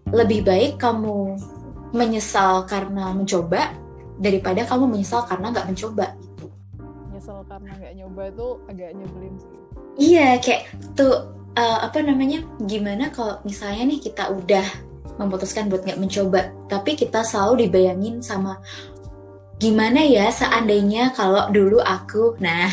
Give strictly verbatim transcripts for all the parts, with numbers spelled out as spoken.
lebih baik kamu menyesal karena mencoba daripada kamu menyesal karena nggak mencoba. Nyesel karena nggak nyoba itu agak nyebelin sih. Iya, kayak tuh uh, apa namanya? Gimana kalau misalnya nih kita udah memutuskan buat nggak mencoba, tapi kita selalu dibayangin sama gimana ya seandainya kalau dulu aku. Nah,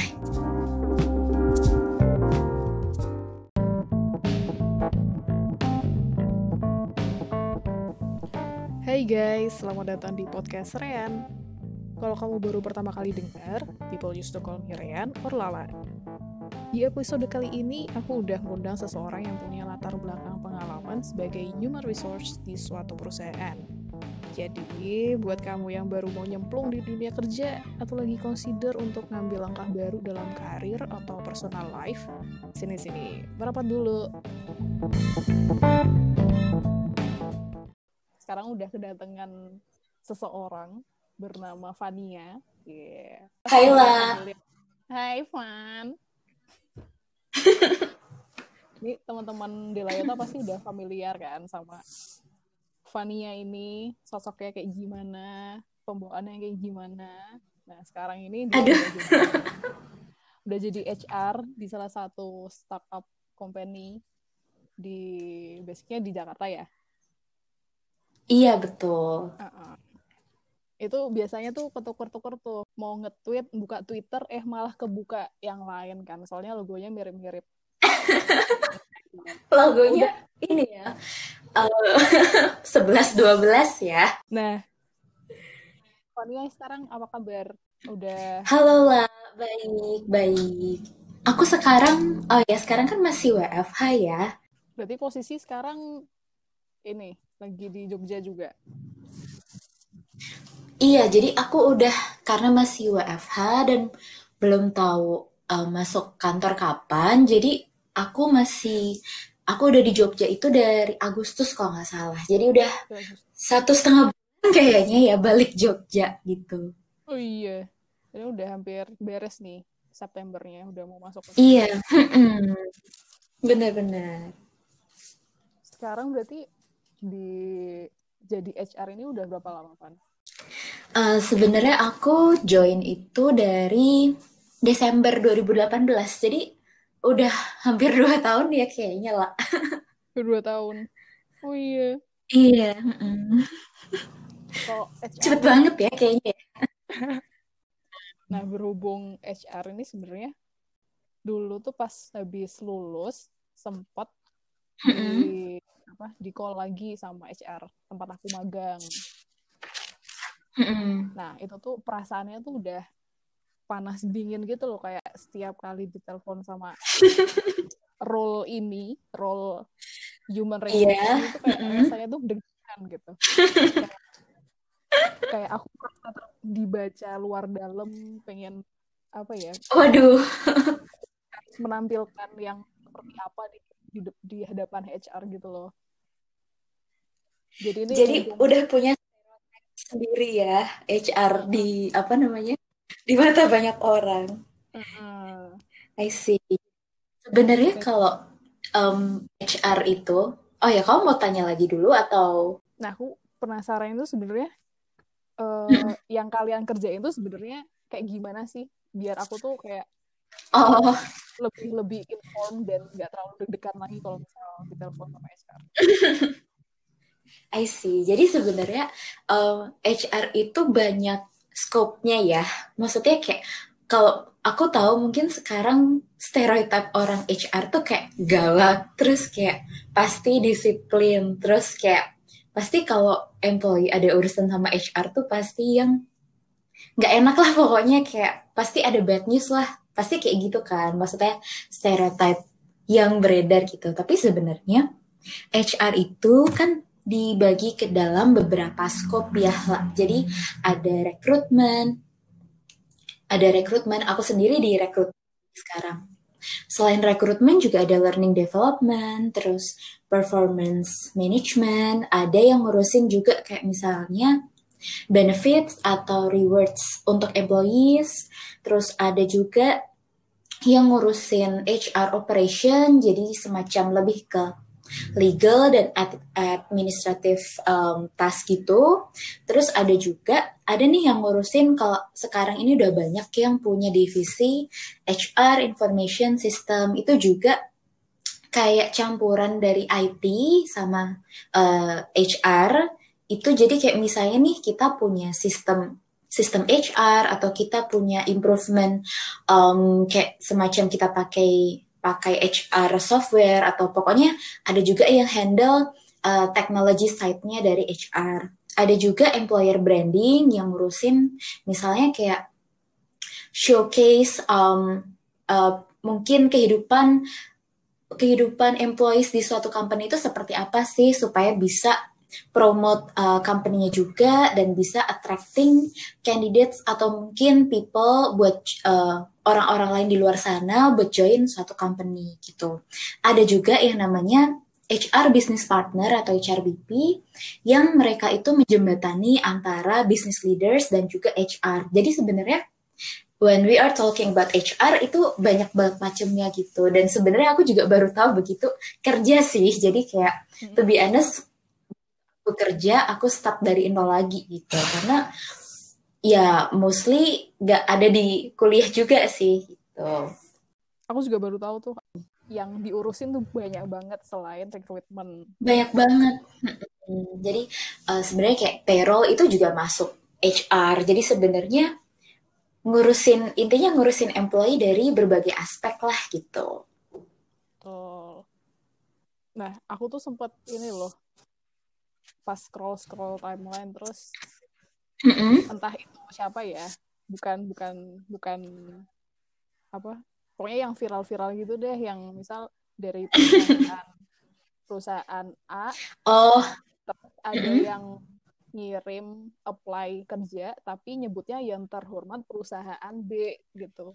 Hai guys, selamat datang di podcast Rean. Kalau kamu baru pertama kali dengar, people used to call me Rean or Lala. Di episode kali ini, aku udah ngundang seseorang yang punya latar belakang pengalaman sebagai human resource di suatu perusahaan. Jadi, buat kamu yang baru mau nyemplung di dunia kerja atau lagi consider untuk ngambil langkah baru dalam karir atau personal life, sini-sini, merapat dulu. Sekarang udah kedatangan seseorang bernama Fania. Yeah. hai lah. Hai Van. Ini teman-teman di Layota pasti udah familiar kan sama Fania ini, sosoknya kayak gimana, pembawaannya kayak gimana. Nah sekarang ini dia udah jadi, udah jadi H R di salah satu startup company di basicnya di Jakarta ya. Iya betul. Uh-uh. Itu biasanya tuh ketuker-tuker tuh mau nge-tweet, buka Twitter, eh malah kebuka yang lain kan, soalnya logonya mirip-mirip. Logonya udah. Ini ya sebelas dua belas ya. Nah, Fania sekarang apa kabar? Udah. Halo lah, baik baik. Aku sekarang, oh ya sekarang kan masih W F H ya. Berarti posisi sekarang ini lagi di Jogja juga. Iya, jadi aku udah karena masih W F H dan belum tahu uh, masuk kantor kapan. Jadi aku masih aku udah di Jogja itu dari Agustus kalau nggak salah. Jadi udah satu setengah bulan kayaknya ya balik Jogja gitu. Oh iya, jadi udah hampir beres nih Septembernya, udah mau masuk. Iya, benar-benar. Sekarang berarti di jadi H R ini udah berapa lama kan? Uh, sebenarnya aku join itu dari Desember dua ribu delapan belas, jadi udah hampir dua tahun ya kayaknya lah. Dua tahun. Oh iya. Iya. Kalau H R cepet banget ya kayaknya. Nah berhubung H R ini sebenarnya dulu tuh pas habis lulus sempat di apa di call lagi sama H R tempat aku magang. Nah itu tuh perasaannya tuh udah panas dingin gitu loh, kayak setiap kali ditelepon sama role ini, role human resource yeah. Itu kayak mm-hmm. rasanya tuh deg-degan gitu. kayak, kayak aku merasa dibaca luar dalam, pengen apa ya? Waduh. Harus menampilkan yang seperti apa di di, di hadapan H R gitu loh. Jadi ini Jadi untuk... udah punya sendiri ya H R di apa namanya? Di mata banyak orang. Uh-uh. I see. Sebenarnya kalau um, H R itu, oh ya kamu mau tanya lagi dulu atau? Nah aku penasaran itu sebenarnya uh, yang kalian kerjain itu sebenarnya kayak gimana sih? Biar aku tuh kayak oh. lebih lebih inform dan nggak terlalu deg-degan lagi kalau misalnya ditelepon sama H R. I see. Jadi sebenarnya um, H R itu banyak scope-nya ya. Maksudnya kayak kalau aku tahu mungkin sekarang stereotip orang H R tuh kayak galak, terus kayak pasti disiplin, terus kayak pasti kalau employee ada urusan sama H R tuh pasti yang nggak enak lah pokoknya, kayak pasti ada bad news lah, pasti kayak gitu kan. Maksudnya stereotip yang beredar gitu. Tapi sebenarnya H R itu kan dibagi ke dalam beberapa scope ya. Jadi ada rekrutmen, ada rekrutmen, aku sendiri di rekrutmen sekarang. Selain rekrutmen juga ada learning development, terus performance management, ada yang ngurusin juga kayak misalnya benefits atau rewards untuk employees, terus ada juga yang ngurusin H R operation, jadi semacam lebih ke legal dan ad- administrative um, task gitu. Terus ada juga, ada nih yang ngurusin kalau sekarang ini udah banyak yang punya divisi H R, Information System, itu juga kayak campuran dari I T sama uh, H R. Itu jadi kayak misalnya nih kita punya sistem sistem H R atau kita punya improvement um, kayak semacam kita pakai pakai H R software atau pokoknya ada juga yang handle uh, technology side-nya dari H R. Ada juga employer branding yang ngurusin misalnya kayak showcase um, uh, mungkin kehidupan kehidupan employees di suatu company itu seperti apa sih supaya bisa promote uh, company-nya juga dan bisa attracting candidates atau mungkin people buat uh, orang-orang lain di luar sana buat join suatu company gitu. Ada juga yang namanya H R business partner atau H R B P yang mereka itu menjembatani antara business leaders dan juga H R. Jadi sebenarnya when we are talking about H R itu banyak banget macamnya gitu, dan sebenarnya aku juga baru tahu begitu kerja sih. Jadi kayak to be honest, bekerja aku start dari nol lagi gitu, karena ya mostly gak ada di kuliah juga sih gitu. Aku juga baru tahu tuh yang diurusin tuh banyak banget selain recruitment. Banyak banget. Hmm, jadi uh, sebenarnya kayak payroll itu juga masuk H R. Jadi sebenarnya ngurusin, intinya ngurusin employee dari berbagai aspek lah gitu. Oh. Nah, aku tuh sempet ini loh, pas scroll-scroll timeline terus Mm-mm. entah itu siapa ya, bukan bukan bukan apa, pokoknya yang viral-viral gitu deh, yang misal dari perusahaan perusahaan A, Oh, terus ada mm-mm. yang ngirim apply kerja tapi nyebutnya yang terhormat perusahaan B gitu.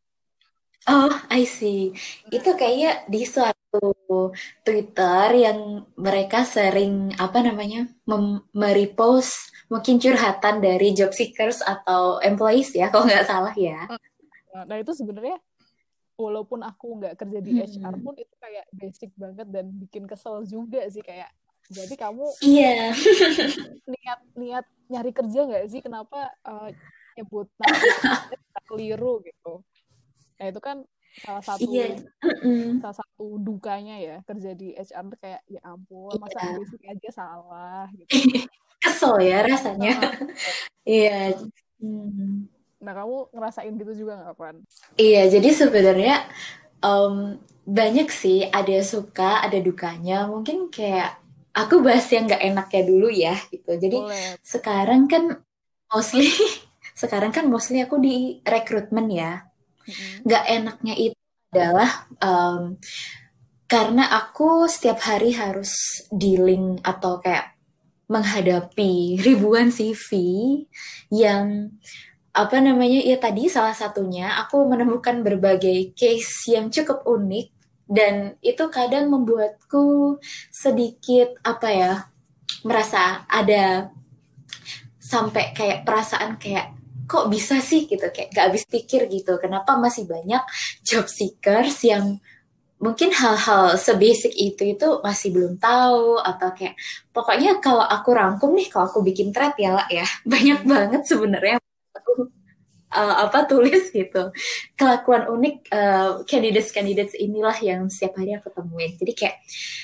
Oh, I see. Itu Nah, kayaknya di suatu Twitter yang mereka sering apa namanya mem- merepost mungkin curhatan dari job seekers atau employees ya, kalau nggak salah ya. nah itu sebenarnya walaupun aku nggak kerja di H R Hmm. pun itu kayak basic banget dan bikin kesel juga sih, kayak jadi kamu Iya, niat niat nyari kerja nggak sih, kenapa uh, nyebut nama perusahaannya bisa keliru gitu. Nah itu kan salah iya, satu mm-mm. salah satu dukanya ya kerja di H R tuh, kayak ya ampun masa Iya. basic aja salah gitu. Kesel ya rasanya. Uh-uh. Iya. Hmm. Nah kamu ngerasain gitu juga nggak, Pan? Iya, jadi sebenarnya um, banyak sih, ada suka, ada dukanya. Mungkin kayak aku bahas yang nggak enaknya dulu ya, gitu. Jadi Boleh. sekarang kan mostly, sekarang kan mostly aku di rekrutmen ya. Mm-mm. Nggak enaknya itu adalah um, karena aku setiap hari harus dealing atau kayak menghadapi ribuan C V yang apa namanya ya, tadi salah satunya aku menemukan berbagai case yang cukup unik, dan itu kadang membuatku sedikit apa ya, merasa ada sampai kayak perasaan kayak kok bisa sih gitu, kayak gak habis pikir gitu, kenapa masih banyak job seekers yang mungkin hal-hal sebasic itu itu masih belum tahu, atau kayak pokoknya kalau aku rangkum nih, kalau aku bikin thread ya lah ya, banyak Mm. banget sebenarnya aku uh, apa tulis gitu, kelakuan unik uh, candidates candidates inilah yang setiap hari aku temuin. Jadi kayak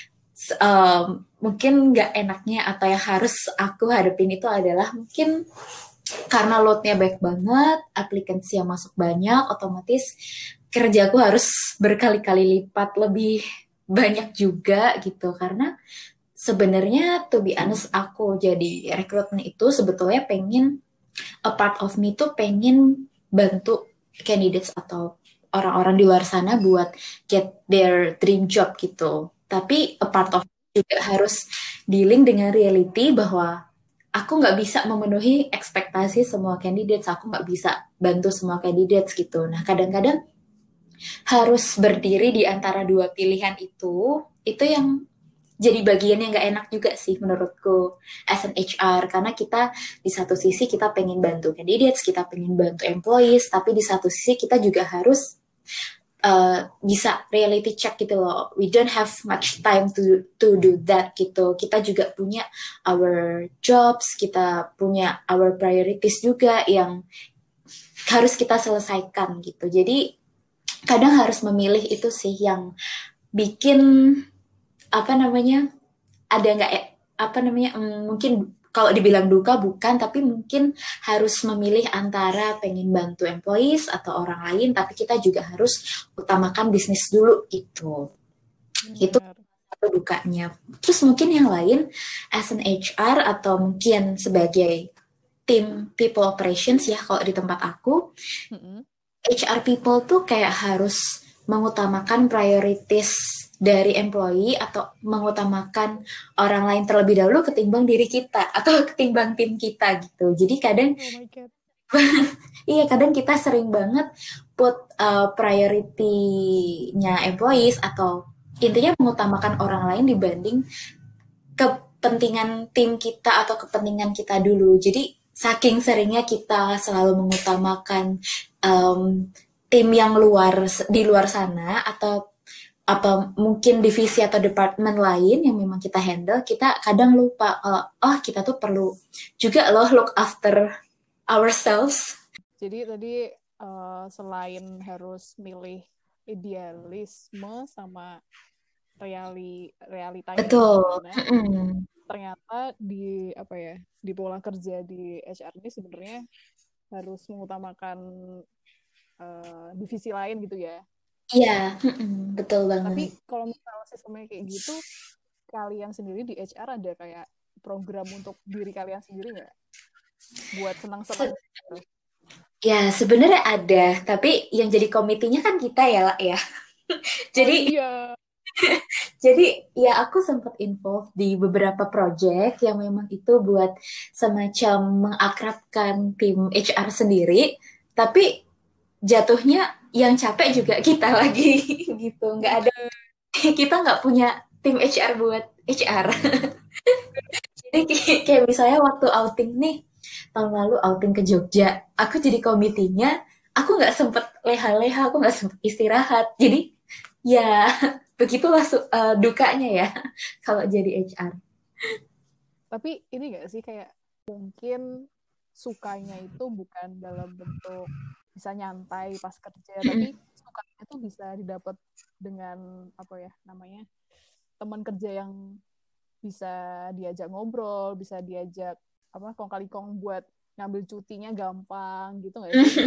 um, mungkin nggak enaknya atau yang harus aku hadapin itu adalah mungkin karena loadnya baik banget, aplikasi yang masuk banyak, otomatis kerjaku harus berkali-kali lipat lebih banyak juga gitu. Karena sebenarnya to be honest, aku jadi rekrutmen itu sebetulnya pengen, a part of me tuh pengen bantu candidates atau orang-orang di luar sana buat get their dream job gitu. Tapi a part of me juga harus dealing dengan reality bahwa aku nggak bisa memenuhi ekspektasi semua candidates, aku nggak bisa bantu semua candidates gitu. Nah, kadang-kadang harus berdiri di antara dua pilihan itu, itu yang jadi bagian yang nggak enak juga sih menurutku as an H R, karena kita di satu sisi kita pengen bantu candidates, kita pengen bantu employees, tapi di satu sisi kita juga harus uh, bisa reality check gitu loh. We don't have much time to to do that gitu. Kita juga punya our jobs, kita punya our priorities juga yang harus kita selesaikan gitu. Jadi kadang harus memilih itu sih yang bikin apa namanya ada nggak eh, apa namanya mm, mungkin kalau dibilang duka bukan, tapi mungkin harus memilih antara pengen bantu employees atau orang lain, tapi kita juga harus utamakan bisnis dulu gitu. Itu Benar. satu dukanya. Terus mungkin yang lain, as an H R atau mungkin sebagai tim people operations ya kalau di tempat aku, Mm-mm. H R people tuh kayak harus mengutamakan prioritas dari employee atau mengutamakan orang lain terlebih dahulu ketimbang diri kita atau ketimbang tim kita gitu. Jadi kadang Oh my god. iya kadang kita sering banget put uh, priority-nya employees atau intinya mengutamakan orang lain dibanding kepentingan tim kita atau kepentingan kita dulu. Jadi saking seringnya kita selalu mengutamakan um, tim yang luar di luar sana atau apa mungkin divisi atau departemen lain yang memang kita handle, kita kadang lupa kalau oh kita tuh perlu juga loh look after ourselves. Jadi tadi uh, selain harus milih idealisme sama reali realitanya itu Betul. gimana, Mm-mm. ternyata di apa ya di pola kerja di H R ini sebenarnya harus mengutamakan uh, divisi lain gitu ya. Iya, mm-mm, betul banget. Tapi kalau misalnya sistemnya kayak gitu, kalian sendiri di H R ada kayak program untuk diri kalian sendiri nggak? Buat senang-senang. Se- ya sebenarnya ada, tapi yang jadi komitinya kan kita ya lah ya. Oh Jadi iya. Jadi ya aku sempat involve di beberapa project yang memang itu buat semacam mengakrabkan tim H R sendiri, tapi jatuhnya yang capek juga kita lagi gitu. Nggak ada Bener. kita nggak punya tim H R buat H R. Jadi kayak kayak misalnya waktu outing nih tahun lalu outing ke Jogja, aku jadi komitinya, aku nggak sempet leha-leha, aku nggak sempet istirahat. Jadi ya begitulah su- eh, dukanya ya kalau jadi H R. Tapi ini nggak sih kayak mungkin sukanya itu bukan dalam bentuk bisa nyantai pas kerja, tapi sukanya itu bisa didapat dengan apa ya namanya teman kerja yang bisa diajak ngobrol, bisa diajak apa kong kali kong buat ngambil cutinya gampang gitu nggak sih?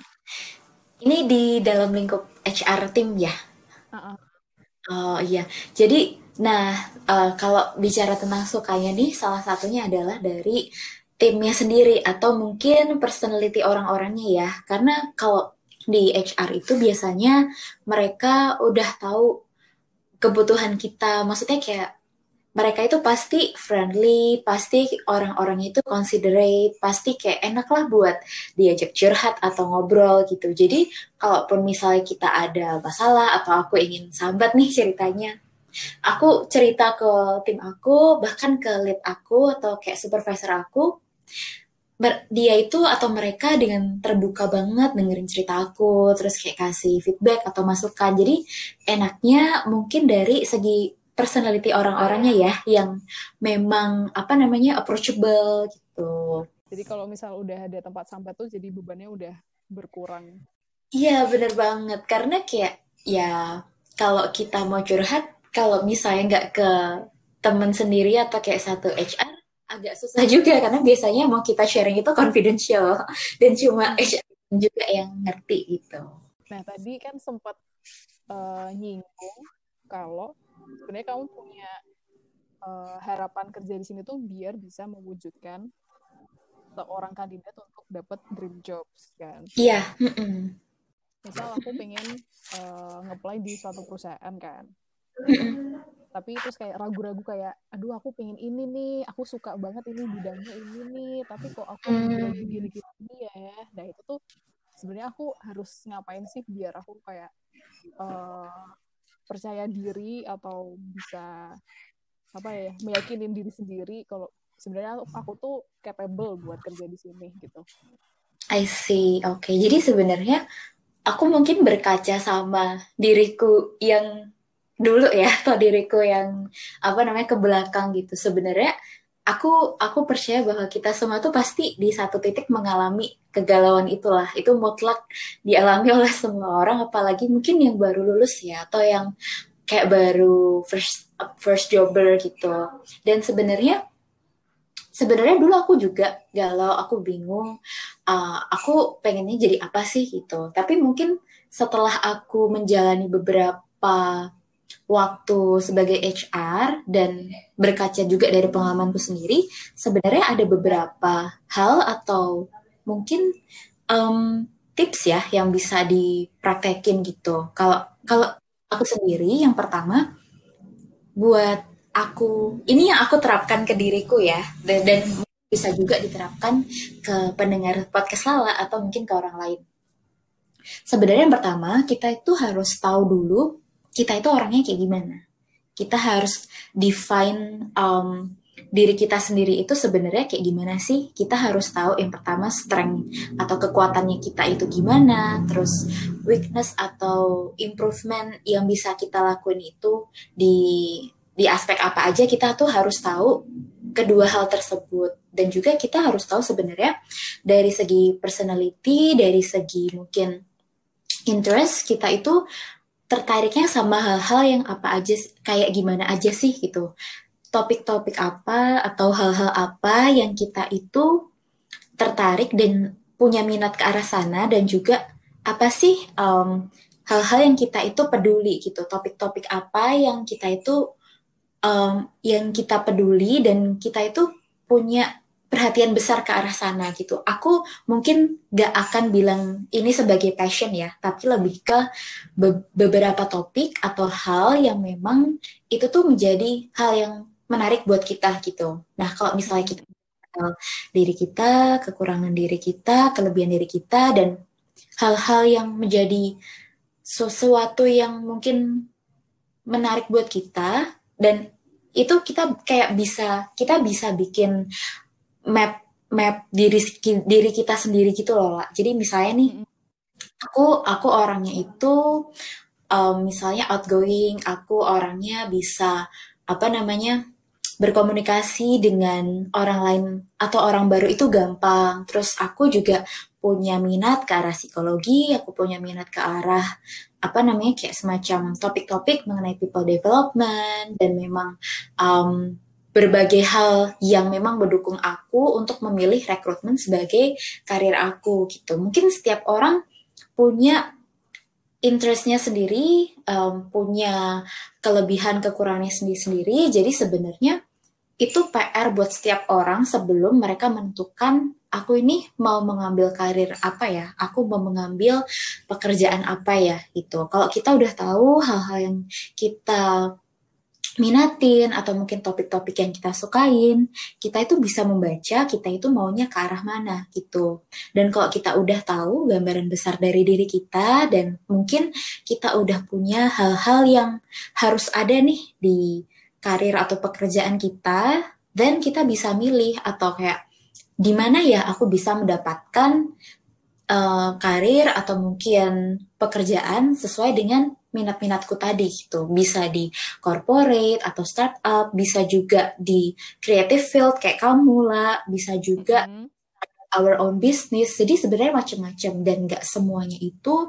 Ini di dalam lingkup H R tim ya. Uh-uh. Oh iya, jadi nah eh, kalau bicara tentang sukanya nih, salah satunya adalah dari timnya sendiri atau mungkin personality orang-orangnya ya. Karena kalau di H R itu biasanya mereka udah tahu kebutuhan kita, maksudnya kayak mereka itu pasti friendly, pasti orang-orangnya itu considerate, pasti kayak enak lah buat diajak curhat atau ngobrol gitu. Jadi kalaupun misalnya kita ada masalah atau aku ingin sambat nih ceritanya, aku cerita ke tim aku, bahkan ke lead aku atau kayak supervisor aku, dia itu atau mereka dengan terbuka banget dengerin cerita aku, terus kayak kasih feedback atau masukan. Jadi enaknya mungkin dari segi personality orang-orangnya ya, yang memang apa namanya approachable gitu. Jadi kalau misal udah ada tempat sampah tuh jadi bebannya udah berkurang. Iya bener banget, karena kayak ya kalau kita mau curhat, kalau misalnya nggak ke teman sendiri atau kayak satu H R, agak susah juga karena biasanya mau kita sharing itu confidential dan cuma Hmm. H R juga yang ngerti gitu. Nah tadi kan sempat uh, nyinggung kalau sebenarnya kamu punya uh, harapan kerja di sini tuh biar bisa mewujudkan seorang kandidat untuk dapat dream jobs kan. Iya, mm-mm. Misal aku pengen uh, nge-apply di suatu perusahaan kan, Mm-mm. tapi terus kayak ragu-ragu kayak, aduh aku pengen ini nih, aku suka banget ini bidangnya ini nih, tapi kok aku ragu-ragu Hmm. gini-gini ya. Nah itu tuh sebenarnya aku harus ngapain sih biar aku kayak uh, percaya diri atau bisa apa ya meyakinin diri sendiri kalau sebenarnya aku tuh capable buat kerja di sini gitu. I see. Oke, jadi sebenarnya aku mungkin berkaca sama diriku yang dulu ya, atau diriku yang apa namanya ke belakang gitu. Sebenarnya aku aku percaya bahwa kita semua tuh pasti di satu titik mengalami kegalauan itulah. Itu mutlak dialami oleh semua orang, apalagi mungkin yang baru lulus ya, atau yang kayak baru first first jobber gitu. Dan sebenarnya sebenarnya dulu aku juga galau, aku bingung, uh, aku pengennya jadi apa sih gitu. Tapi mungkin setelah aku menjalani beberapa waktu sebagai H R dan berkaca juga dari pengalamanku sendiri, sebenarnya ada beberapa hal atau mungkin um, tips ya yang bisa dipraktekin gitu. Kalau kalau aku sendiri, yang pertama buat aku, ini yang aku terapkan ke diriku ya, dan, dan bisa juga diterapkan ke pendengar podcast Lala atau mungkin ke orang lain. Sebenarnya yang pertama, kita itu harus tahu dulu kita itu orangnya kayak gimana. Kita harus define um, diri kita sendiri itu sebenarnya kayak gimana sih. Kita harus tahu yang pertama strength atau kekuatannya kita itu gimana, terus weakness atau improvement yang bisa kita lakuin itu di di aspek apa aja. Kita tuh harus tahu kedua hal tersebut. Dan juga kita harus tahu sebenarnya dari segi personality, dari segi mungkin interest, kita itu tertariknya sama hal-hal yang apa aja, kayak gimana aja sih gitu. Topik-topik apa atau hal-hal apa yang kita itu tertarik dan punya minat ke arah sana, dan juga apa sih um, hal-hal yang kita itu peduli gitu. Topik-topik apa yang kita itu um, yang kita peduli dan kita itu punya perhatian besar ke arah sana gitu. Aku mungkin gak akan bilang ini sebagai passion ya, tapi lebih ke be- beberapa topik atau hal yang memang itu tuh menjadi hal yang menarik buat kita gitu. Nah, kalau misalnya kita kenal diri kita, kekurangan diri kita, kelebihan diri kita, dan hal-hal yang menjadi sesuatu yang mungkin menarik buat kita, dan itu kita kayak bisa kita bisa bikin map map diri diri kita sendiri gitu loh lah. Jadi misalnya nih, aku aku orangnya itu um, misalnya outgoing, aku orangnya bisa apa namanya berkomunikasi dengan orang lain atau orang baru itu gampang. Terus aku juga punya minat ke arah psikologi, aku punya minat ke arah apa namanya kayak semacam topik-topik mengenai people development, dan memang um, berbagai hal yang memang mendukung aku untuk memilih rekrutmen sebagai karir aku gitu. Mungkin setiap orang punya interestnya sendiri, um, punya kelebihan kekurangannya sendiri-sendiri. Jadi sebenarnya itu P R buat setiap orang sebelum mereka menentukan aku ini mau mengambil karir apa ya, aku mau mengambil pekerjaan apa ya gitu. Kalau kita udah tahu hal-hal yang kita minatin atau mungkin topik-topik yang kita sukain, kita itu bisa membaca kita itu maunya ke arah mana gitu. Dan kalau kita udah tahu gambaran besar dari diri kita, dan mungkin kita udah punya hal-hal yang harus ada nih di karir atau pekerjaan kita, dan kita bisa milih atau kayak di mana ya aku bisa mendapatkan uh, karir atau mungkin pekerjaan sesuai dengan minat-minatku tadi gitu. Bisa di corporate atau startup, bisa juga di creative field kayak kamu lah, bisa juga Mm-mm. our own business. Jadi sebenarnya macam-macam, dan nggak semuanya itu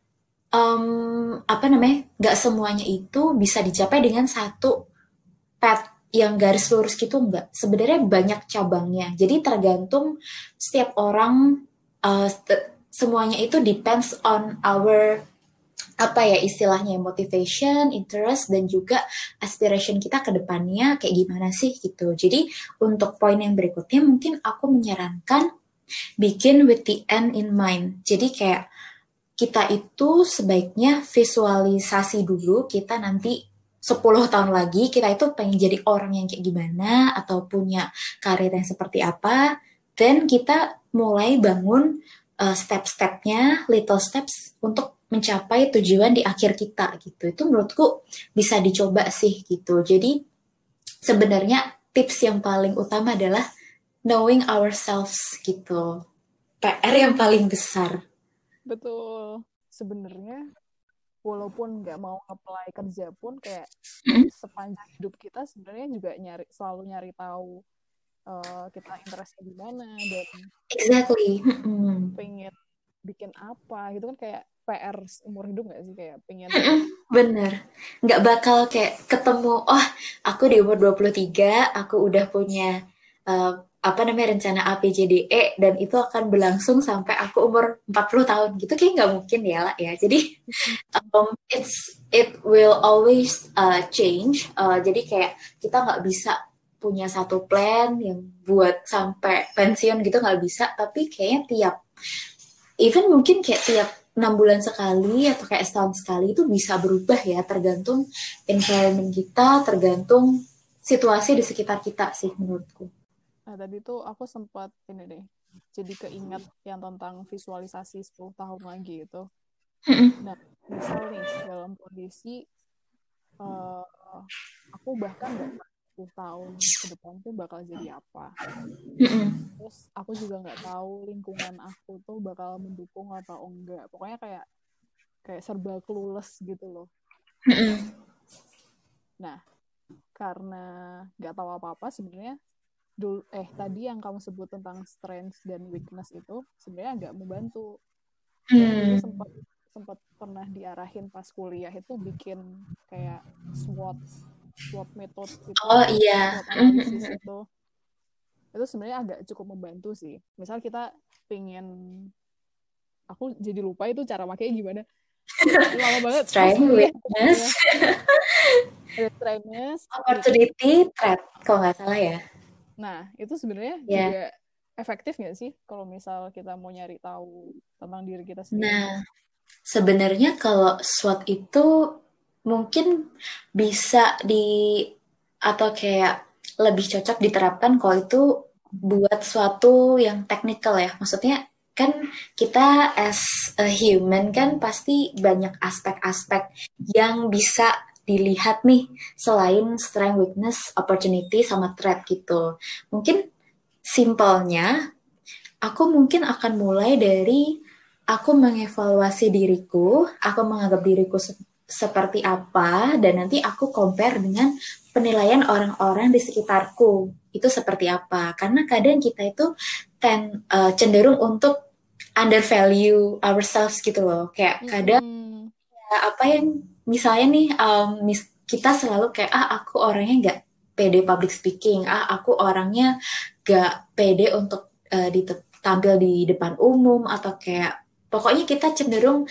um, apa namanya, nggak semuanya itu bisa dicapai dengan satu path yang garis lurus gitu, enggak. Sebenarnya banyak cabangnya. Jadi tergantung setiap orang, uh, semuanya itu depends on our apa ya istilahnya, motivation, interest, dan juga aspiration kita ke depannya kayak gimana sih gitu. Jadi untuk poin yang berikutnya mungkin aku menyarankan bikin with the end in mind. Jadi kayak kita itu sebaiknya visualisasi dulu kita nanti sepuluh tahun lagi kita itu pengen jadi orang yang kayak gimana atau punya karir yang seperti apa, dan kita mulai bangun uh, step-stepnya, little steps untuk mencapai tujuan di akhir kita gitu. Itu menurutku bisa dicoba sih gitu. Jadi sebenarnya tips yang paling utama adalah knowing ourselves gitu. P R yang paling besar. Betul. sebenarnya walaupun nggak mau apply kerja pun kayak Mm-mm. sepanjang hidup kita sebenarnya juga nyari selalu nyari tahu uh, kita interestnya di mana dan Exactly. Mm-mm. pengen bikin apa gitu kan, kayak P R umur hidup nggak sih, kayak pengen. Mm-mm. Bener. Nggak bakal kayak ketemu, oh aku di umur dua puluh tiga, aku udah punya eh, apa namanya rencana A, B, C, D, E, dan itu akan berlangsung sampai aku umur empat puluh tahun gitu, kayak nggak mungkin ya lah ya. Jadi um, it's it will always uh, change. Uh, jadi kayak kita nggak bisa punya satu plan yang buat sampai pensiun gitu, nggak bisa. Tapi kayaknya tiap even mungkin kayak tiap enam bulan sekali atau kayak setahun sekali itu bisa berubah ya, tergantung environment kita, tergantung situasi di sekitar kita sih menurutku. Nah, tadi tuh aku sempat ini deh, jadi keinget yang tentang visualisasi sepuluh tahun lagi itu. Nah, misal nih dalam kondisi uh, aku bahkan nggak tahu sepuluh tahun ke depan tuh bakal jadi apa. Terus aku juga nggak tahu lingkungan aku tuh bakal mendukung atau enggak. Pokoknya kayak kayak serba clueless gitu loh. Nah, karena nggak tahu apa-apa sebenarnya dulu eh tadi yang kamu sebut tentang strength dan weakness itu sebenarnya agak membantu. Saya dulu sempat sempat pernah diarahin pas kuliah itu bikin kayak SWOT SWOT method itu. Oh iya. SWOT analisis itu itu sebenarnya agak cukup membantu sih. Misal kita pengen, aku jadi lupa itu cara makanya gimana, lama banget pas Strength, kuliah weakness, ada strength, opportunity, threat, kalau nggak salah ya. nah itu sebenarnya Ya. juga efektif nggak sih kalau misal kita mau nyari tahu tentang diri kita sendiri? Nah, sebenarnya kalau SWOT itu mungkin bisa di atau kayak lebih cocok diterapkan kalau itu buat suatu yang teknikal ya. Maksudnya kan kita as a human kan pasti banyak aspek-aspek yang bisa dilihat nih selain strength, weakness, opportunity, sama threat gitu. Mungkin simpelnya aku mungkin akan mulai dari aku mengevaluasi diriku, aku menganggap diriku se- seperti apa, dan nanti aku compare dengan penilaian orang-orang di sekitarku itu seperti apa. Karena kadang kita itu ten, uh, cenderung untuk undervalue ourselves gitu loh. Kayak kadang Mm-mm. ya, apa yang misalnya nih um, mis- kita selalu kayak ah aku orangnya nggak pede public speaking, ah aku orangnya nggak pede untuk uh, dite- tampil di depan umum atau kayak pokoknya kita cenderung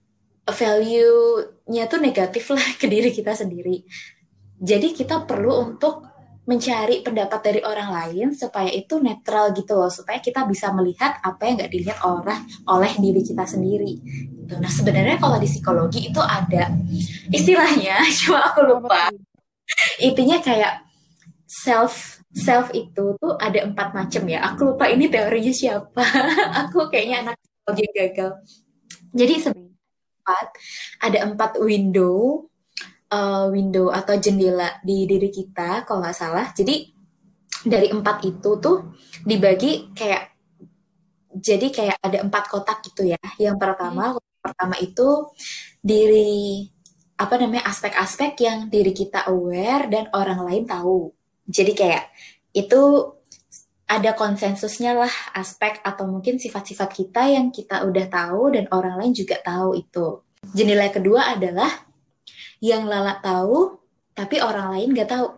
value-nya tuh negatif lah ke diri kita sendiri. Jadi kita perlu untuk mencari pendapat dari orang lain supaya itu netral gitu loh, supaya kita bisa melihat apa yang nggak dilihat oleh oleh diri kita sendiri. Gitu. Nah sebenarnya kalau di psikologi itu ada istilahnya, cuma aku lupa. Intinya kayak self self itu tuh ada empat macam ya. Aku lupa ini teorinya siapa. Aku kayaknya anak psikologi yang gagal. Jadi empat ada empat window uh, window atau jendela di diri kita kalau nggak salah. Jadi dari empat itu tuh dibagi kayak jadi kayak ada empat kotak gitu ya. Yang pertama mm-hmm. pertama itu diri apa namanya aspek-aspek yang diri kita aware dan orang lain tahu. Jadi kayak itu ada konsensusnya lah aspek atau mungkin sifat-sifat kita yang kita udah tahu dan orang lain juga tahu itu. Jendela kedua adalah yang Lala tahu tapi orang lain gak tahu.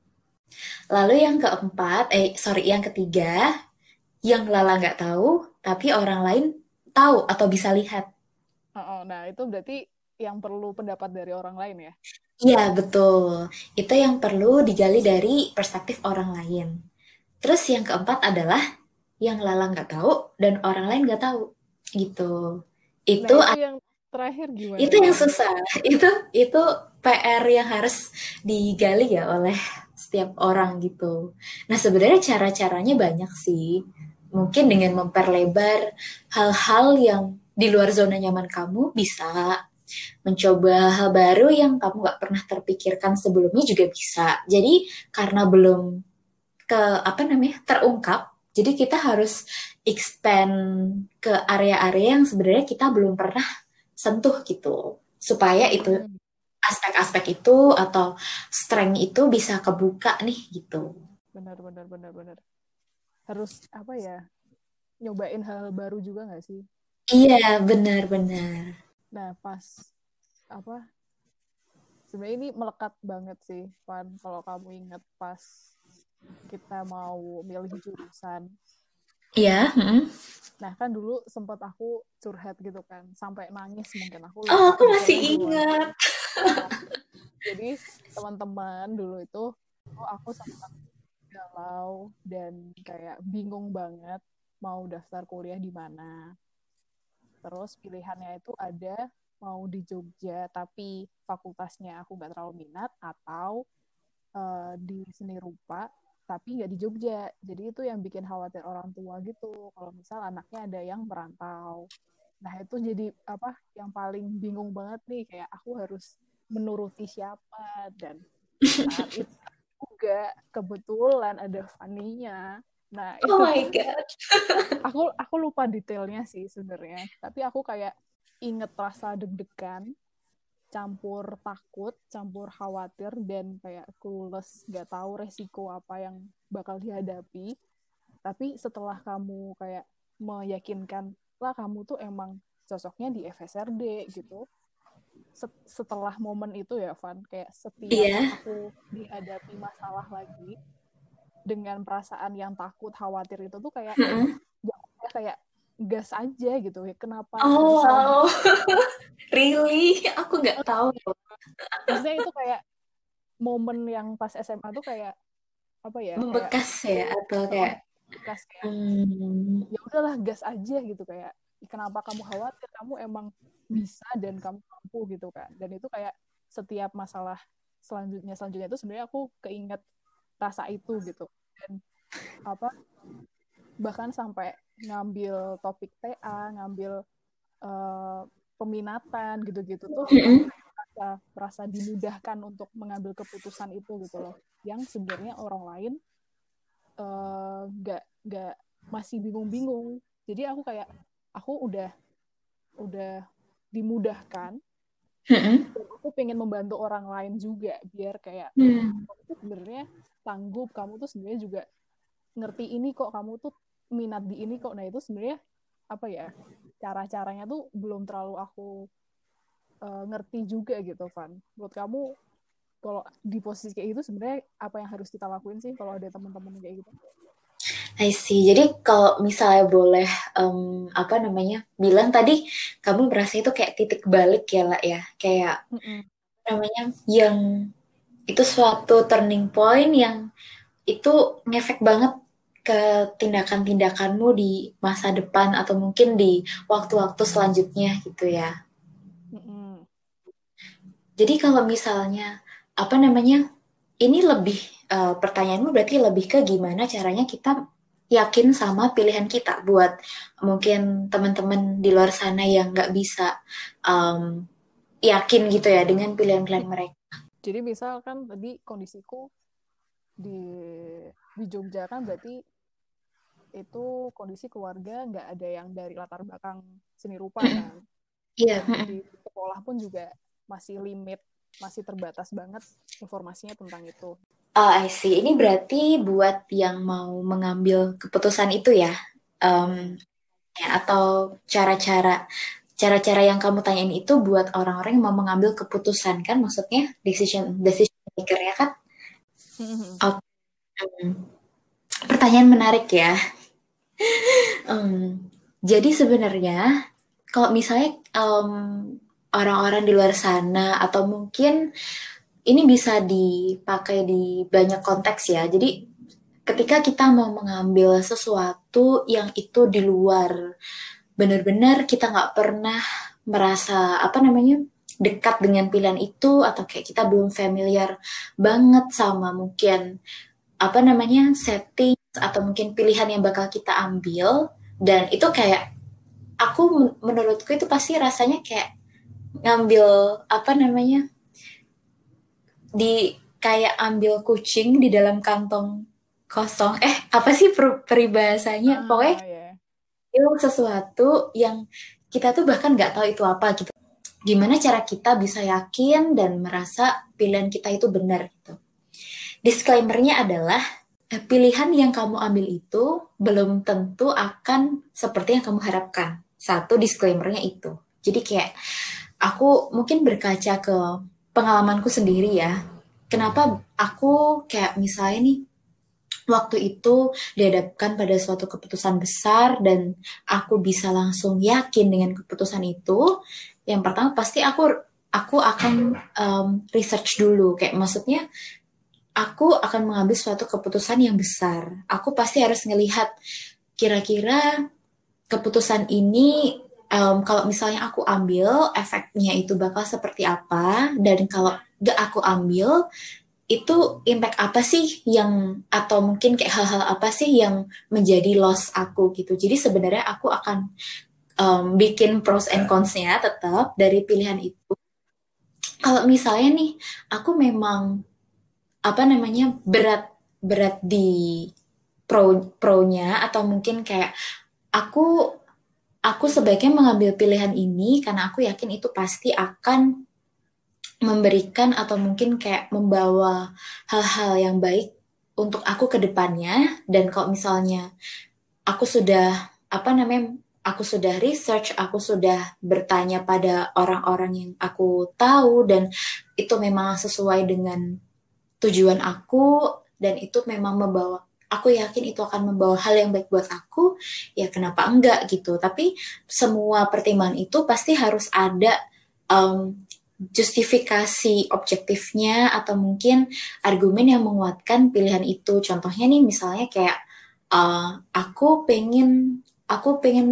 Lalu yang keempat, eh sorry yang ketiga, yang Lala gak tahu tapi orang lain tahu atau bisa lihat. Oh, nah itu berarti yang perlu pendapat dari orang lain ya? Iya betul, itu yang perlu digali dari perspektif orang lain. Terus yang keempat adalah yang Lala nggak tahu dan orang lain nggak tahu, gitu. Itu, nah, itu yang terakhir gimana? Itu yang susah. Itu itu P R yang harus digali ya oleh setiap orang gitu. Nah sebenarnya cara-caranya banyak sih. Mungkin dengan memperlebar hal-hal yang di luar zona nyaman kamu bisa. Mencoba hal baru yang kamu nggak pernah terpikirkan sebelumnya juga bisa. Jadi karena belum ke apa namanya terungkap, jadi kita harus expand ke area-area yang sebenarnya kita belum pernah sentuh gitu, supaya itu Hmm, aspek-aspek itu atau strength itu bisa kebuka nih gitu. benar benar benar benar. Harus apa ya? Nyobain hal baru juga nggak sih? Iya, benar-benar. Nah, pas apa? Sebenarnya ini melekat banget sih, Van. Kalau kamu ingat pas kita mau milih jurusan. Iya. Mm. Nah, kan dulu sempat aku curhat gitu kan, sampai nangis mungkin aku Oh, lupa aku masih detailnya gimana. ingat. Nah, jadi teman-teman dulu itu, oh aku sempat galau dan kayak bingung banget mau daftar kuliah di mana. Terus pilihannya itu ada mau di Jogja tapi fakultasnya aku nggak terlalu minat, atau uh, di seni rupa tapi nggak di Jogja. Jadi itu yang bikin khawatir orang tua gitu. Kalau misal anaknya ada yang merantau. Nah itu jadi apa yang paling bingung banget nih, kayak aku harus menuruti siapa. Dan saat itu juga kebetulan ada Faninya. Nah Oh itu my tuh God. aku aku lupa detailnya sih sebenarnya. Tapi aku kayak inget rasa deg-degan campur takut, campur khawatir, dan kayak clueless, nggak tahu resiko apa yang bakal dihadapi. Tapi setelah kamu kayak meyakinkan, lah kamu tuh emang cocoknya di F S R D gitu. Setelah momen itu ya, Van, kayak setiap Iya. aku dihadapi masalah lagi, dengan perasaan yang takut, khawatir itu tuh kayak, Mm-mm. ya kayak gas aja gitu. Kenapa Oh, harus kayak wow. gitu? Really? Aku nggak tahu. Maksudnya itu kayak momen yang pas S M A tuh kayak apa ya, kayak Membekas ya atau oh, kayak bekas kayak hmm, ya udahlah gas aja gitu, kayak kenapa kamu khawatir, kamu emang bisa dan kamu mampu gitu kan. Dan itu kayak setiap masalah selanjutnya selanjutnya itu sebenarnya aku keinget rasa itu gitu. Dan apa, bahkan sampai ngambil topik T A, ngambil uh, peminatan gitu-gitu tuh aku mm-mm. kayak merasa, merasa dimudahkan untuk mengambil keputusan itu gitu loh, yang sebenarnya orang lain nggak uh, nggak masih bingung-bingung. Jadi aku kayak aku udah udah dimudahkan, Mm-mm. dan aku pengen membantu orang lain juga biar kayak Hmm. kamu tuh sebenarnya sanggup, kamu tuh sebenarnya juga ngerti ini kok, kamu tuh minat di ini kok. Nah itu sebenarnya apa ya, cara-caranya tuh belum terlalu aku uh, ngerti juga gitu, Van. Menurut kamu kalau di posisi kayak gitu sebenarnya apa yang harus kita lakuin sih kalau ada teman-teman kayak gitu? I see. Jadi kalau misalnya boleh em, apa namanya bilang tadi kamu merasa itu kayak titik balik ya lah ya, kayak Mm-mm. namanya yang itu suatu turning point yang itu ngefek banget ke tindakan-tindakanmu di masa depan atau mungkin di waktu-waktu selanjutnya gitu ya. Mm-mm. Jadi kalau misalnya apa namanya ini lebih eh, pertanyaanmu berarti lebih ke gimana caranya kita yakin sama pilihan kita buat mungkin teman-teman di luar sana yang nggak bisa em, yakin gitu ya dengan pilihan-pilihan mereka. Jadi misalkan tadi kondisiku di di Jogja kan, berarti itu kondisi keluarga nggak ada yang dari latar belakang seni rupa Mm-mm. kan, Iya. dan Mm-mm. di sekolah pun juga masih limit, masih terbatas banget informasinya tentang itu. Oh, I see. Ini berarti buat yang mau mengambil keputusan itu ya, Mm-mm. Em, ya, atau cara-cara cara-cara yang kamu tanyain itu buat orang-orang yang mau mengambil keputusan kan, maksudnya decision decision maker ya kan? Mm-mm. Oke. Hmm. Pertanyaan menarik ya. Hmm. Jadi sebenarnya kalau misalnya em, orang-orang di luar sana atau mungkin ini bisa dipakai di banyak konteks ya. Jadi ketika kita mau mengambil sesuatu yang itu di luar, benar-benar kita nggak pernah merasa apa namanya dekat dengan pilihan itu atau kayak kita belum familiar banget sama mungkin apa namanya setting atau mungkin pilihan yang bakal kita ambil dan itu kayak aku menurutku itu pasti rasanya kayak ngambil apa namanya di kayak ambil kucing di dalam kantong kosong. Eh, apa sih per- peribahasanya? Pokoknya Ah ya. itu sesuatu yang kita tuh bahkan nggak tahu itu apa gitu. gimana cara kita bisa yakin dan merasa pilihan kita itu benar gitu. Disclaimer-nya adalah eh, pilihan yang kamu ambil itu belum tentu akan seperti yang kamu harapkan. Satu disclaimer-nya itu. Jadi kayak aku mungkin berkaca ke pengalamanku sendiri ya. Kenapa aku kayak misalnya nih waktu itu dihadapkan pada suatu keputusan besar dan aku bisa langsung yakin dengan keputusan itu. Yang pertama pasti aku aku akan um, research dulu, kayak maksudnya aku akan mengambil suatu keputusan yang besar. Aku pasti harus ngelihat kira-kira keputusan ini um, kalau misalnya aku ambil efeknya itu bakal seperti apa, dan kalau gak aku ambil itu impact apa sih yang, atau mungkin kayak hal-hal apa sih yang menjadi loss aku gitu. Jadi sebenarnya aku akan um, bikin pros and cons-nya tetap dari pilihan itu. Kalau misalnya nih aku memang apa namanya berat berat di pro pro-nya, atau mungkin kayak aku aku sebaiknya mengambil pilihan ini karena aku yakin itu pasti akan memberikan atau mungkin kayak membawa hal-hal yang baik untuk aku ke depannya. Dan kalau misalnya aku sudah apa namanya aku sudah research, aku sudah bertanya pada orang-orang yang aku tahu dan itu memang sesuai dengan tujuan aku, dan itu memang membawa aku yakin itu akan membawa hal yang baik buat aku, ya kenapa enggak gitu. Tapi semua pertimbangan itu pasti harus ada um, justifikasi objektifnya atau mungkin argumen yang menguatkan pilihan itu. Contohnya nih misalnya kayak uh, aku pengen aku pengen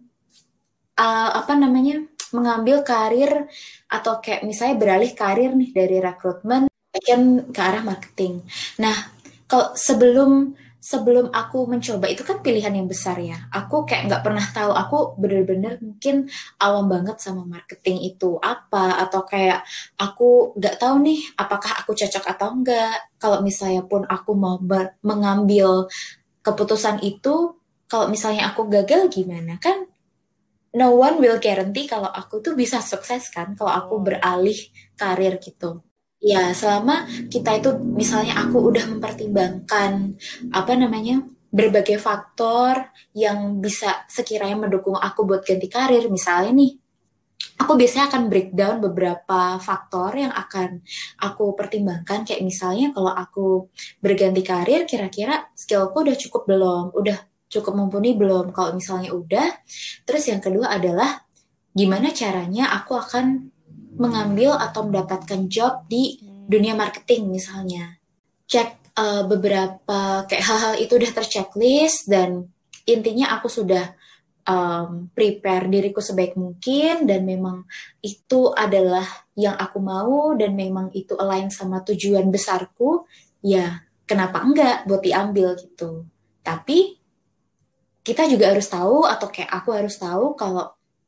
uh, apa namanya mengambil karir atau kayak misalnya beralih karir nih dari rekrutmen kan ke arah marketing. Nah, kalau sebelum sebelum aku mencoba itu kan pilihan yang besar ya. Aku kayak nggak pernah tahu. Aku bener-bener mungkin awam banget sama marketing itu apa, atau kayak aku nggak tahu nih apakah aku cocok atau enggak. Kalau misalnya pun aku mau mengambil keputusan itu, kalau misalnya aku gagal gimana, kan no one will guarantee kalau aku tuh bisa sukses kan kalau aku beralih karir gitu. Ya, selama kita itu misalnya aku udah mempertimbangkan apa namanya berbagai faktor yang bisa sekiranya mendukung aku buat ganti karir. Misalnya nih, aku biasanya akan breakdown beberapa faktor yang akan aku pertimbangkan. Kayak misalnya kalau aku berganti karir, kira-kira skillku udah cukup belum? Udah cukup mumpuni belum? Kalau misalnya udah, terus yang kedua adalah gimana caranya aku akan mengambil atau mendapatkan job di dunia marketing misalnya. Cek uh, beberapa kayak hal-hal itu udah terchecklist, dan intinya aku sudah um, prepare diriku sebaik mungkin, dan memang itu adalah yang aku mau dan memang itu align sama tujuan besarku, ya kenapa enggak buat diambil gitu. Tapi kita juga harus tahu, atau kayak aku harus tahu kalau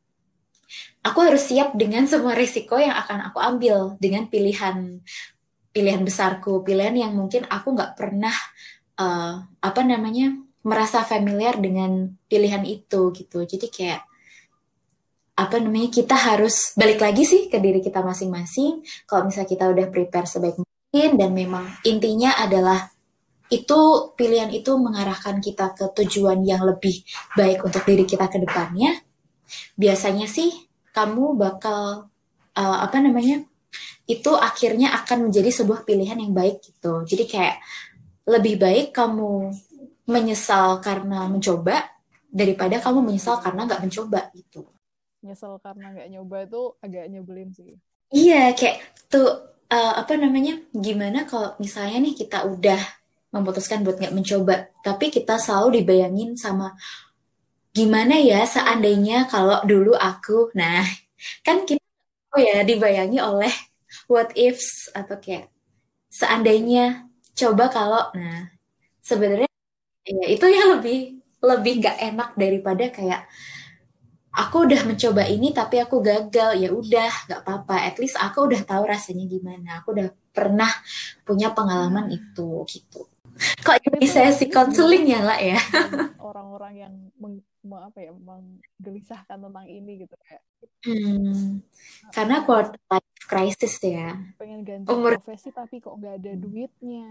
aku harus siap dengan semua risiko yang akan aku ambil dengan pilihan pilihan besarku, pilihan yang mungkin aku nggak pernah uh, apa namanya merasa familiar dengan pilihan itu gitu. Jadi kayak apa namanya kita harus balik lagi sih ke diri kita masing-masing. Kalau misalnya kita udah prepare sebaik mungkin dan memang intinya adalah itu pilihan itu mengarahkan kita ke tujuan yang lebih baik untuk diri kita ke depannya, biasanya sih kamu bakal uh, apa namanya itu akhirnya akan menjadi sebuah pilihan yang baik gitu. Jadi kayak lebih baik kamu menyesal karena mencoba daripada kamu menyesal karena nggak mencoba gitu. Nyesel karena nggak nyoba itu agak nyebelin sih. Iya, kayak tuh uh, apa namanya? Gimana kalau misalnya nih kita udah memutuskan buat nggak mencoba, tapi kita selalu dibayangin sama gimana ya seandainya kalau dulu aku. Nah, kan kita oh ya dibayangi oleh what ifs atau kayak seandainya coba kalau. Nah, sebenarnya ya itu yang lebih lebih nggak enak daripada kayak aku udah mencoba ini tapi aku gagal, ya udah nggak apa-apa, at least aku udah tahu rasanya gimana, aku udah pernah punya pengalaman itu gitu. Kok ini sesi konseling ya lah ya. Orang-orang yang me- apa ya menggelisahkan tentang ini gitu kayak Hmm, karena uh, quarter life crisis ya. pengen ganti Umur, profesi tapi kok nggak ada duitnya,